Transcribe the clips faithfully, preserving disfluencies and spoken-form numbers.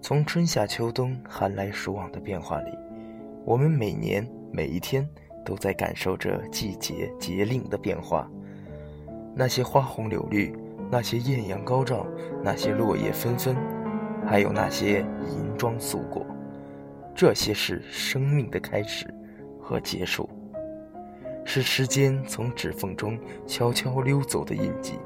从春夏秋冬寒来暑往的变化里，我们每年每一天都在感受着季节节令的变化。那些花红柳绿，那些艳阳高照，那些落叶纷纷，还有那些银装素裹，这些是生命的开始和结束，是时间从指缝中悄悄溜走的印记。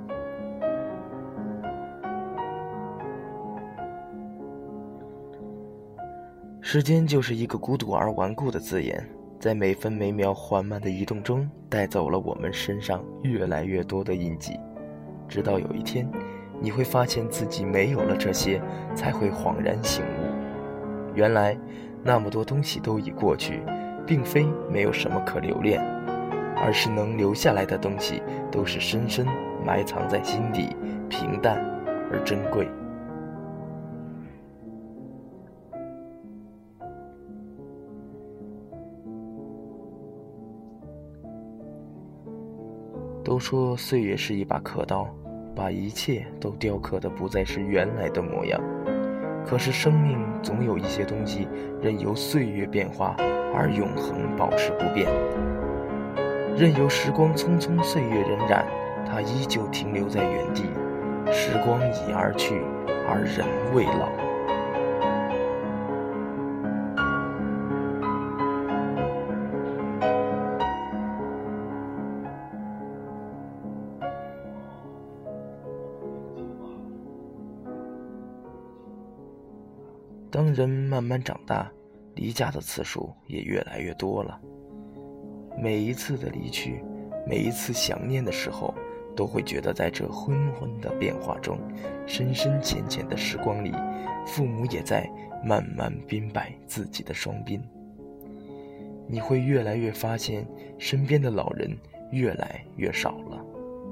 时间就是一个孤独而顽固的字眼，在每分每秒缓慢的移动中带走了我们身上越来越多的印记，直到有一天你会发现自己没有了这些，才会恍然醒悟，原来那么多东西都已过去，并非没有什么可留恋，而是能留下来的东西都是深深埋藏在心底，平淡而珍贵。都说岁月是一把刻刀，把一切都雕刻得不再是原来的模样。可是生命总有一些东西任由岁月变化而永恒保持不变，任由时光匆匆岁月荏苒，它依旧停留在原地。时光已而去，而人未老。当人慢慢长大，离家的次数也越来越多了。每一次的离去，每一次想念的时候，都会觉得在这昏昏的变化中，深深浅浅的时光里，父母也在慢慢鬓摆自己的双鬓。你会越来越发现，身边的老人越来越少了。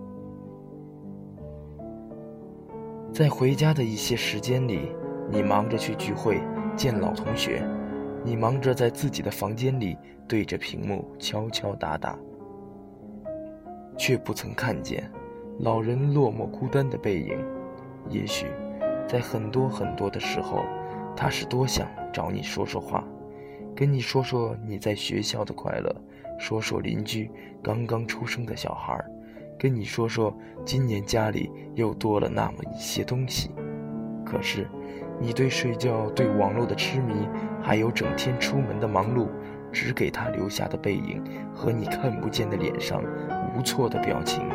在回家的一些时间里，你忙着去聚会见老同学，你忙着在自己的房间里对着屏幕敲敲打打，却不曾看见老人落寞孤单的背影。也许在很多很多的时候，他是多想找你说说话，跟你说说你在学校的快乐，说说邻居刚刚出生的小孩，跟你说说今年家里又多了那么一些东西。可是你对睡觉、对网络的痴迷，还有整天出门的忙碌，只给他留下的背影和你看不见的脸上无措的表情。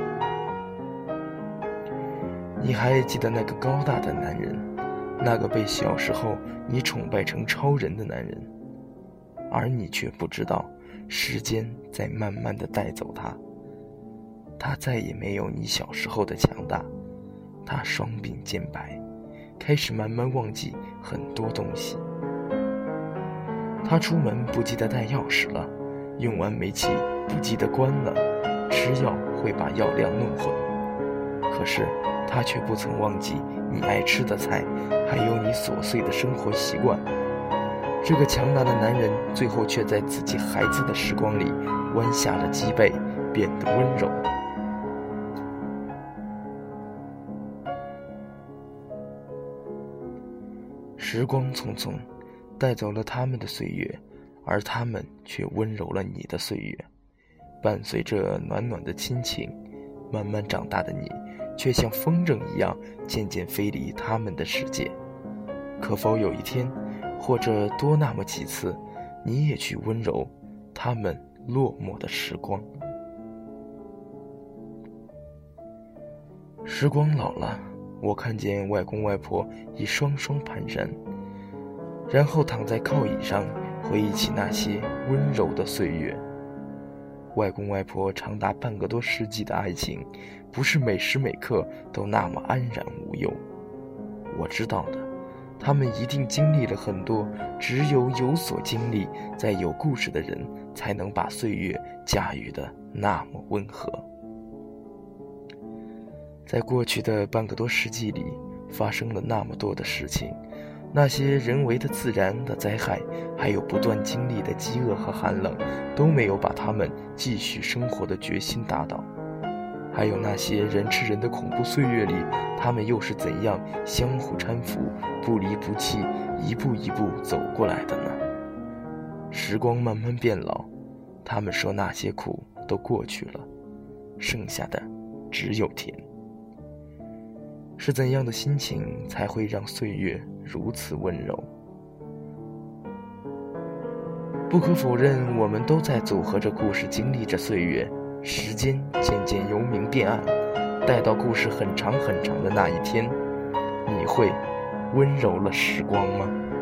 你还记得那个高大的男人，那个被小时候你崇拜成超人的男人，而你却不知道，时间在慢慢地带走他。他再也没有你小时候的强大，他双鬓渐白，开始慢慢忘记很多东西。他出门不记得带钥匙了，用完煤气不记得关了，吃药会把药量弄混。可是他却不曾忘记你爱吃的菜，还有你琐碎的生活习惯。这个强大的男人最后却在自己孩子的时光里弯下了脊背，变得温柔。时光匆匆带走了他们的岁月，而他们却温柔了你的岁月。伴随着暖暖的亲情，慢慢长大的你却像风筝一样渐渐飞离他们的世界。可否有一天，或者多那么几次，你也去温柔他们落寞的时光？时光老了，我看见外公外婆已双双蹒跚，然后躺在靠椅上回忆起那些温柔的岁月。外公外婆长达半个多世纪的爱情，不是每时每刻都那么安然无忧。我知道的，他们一定经历了很多，只有有所经历，在有故事的人才能把岁月驾驭得那么温和。在过去的半个多世纪里，发生了那么多的事情，那些人为的自然的灾害，还有不断经历的饥饿和寒冷，都没有把他们继续生活的决心打倒。 还有那些人吃人的恐怖岁月里，他们又是怎样相互搀扶，不离不弃，一步一步走过来的呢？时光慢慢变老，他们说那些苦都过去了，剩下的只有甜。是怎样的心情才会让岁月如此温柔？不可否认，我们都在组合着故事，经历着岁月。时间渐渐由明变暗，待到故事很长很长的那一天，你会温柔了时光吗？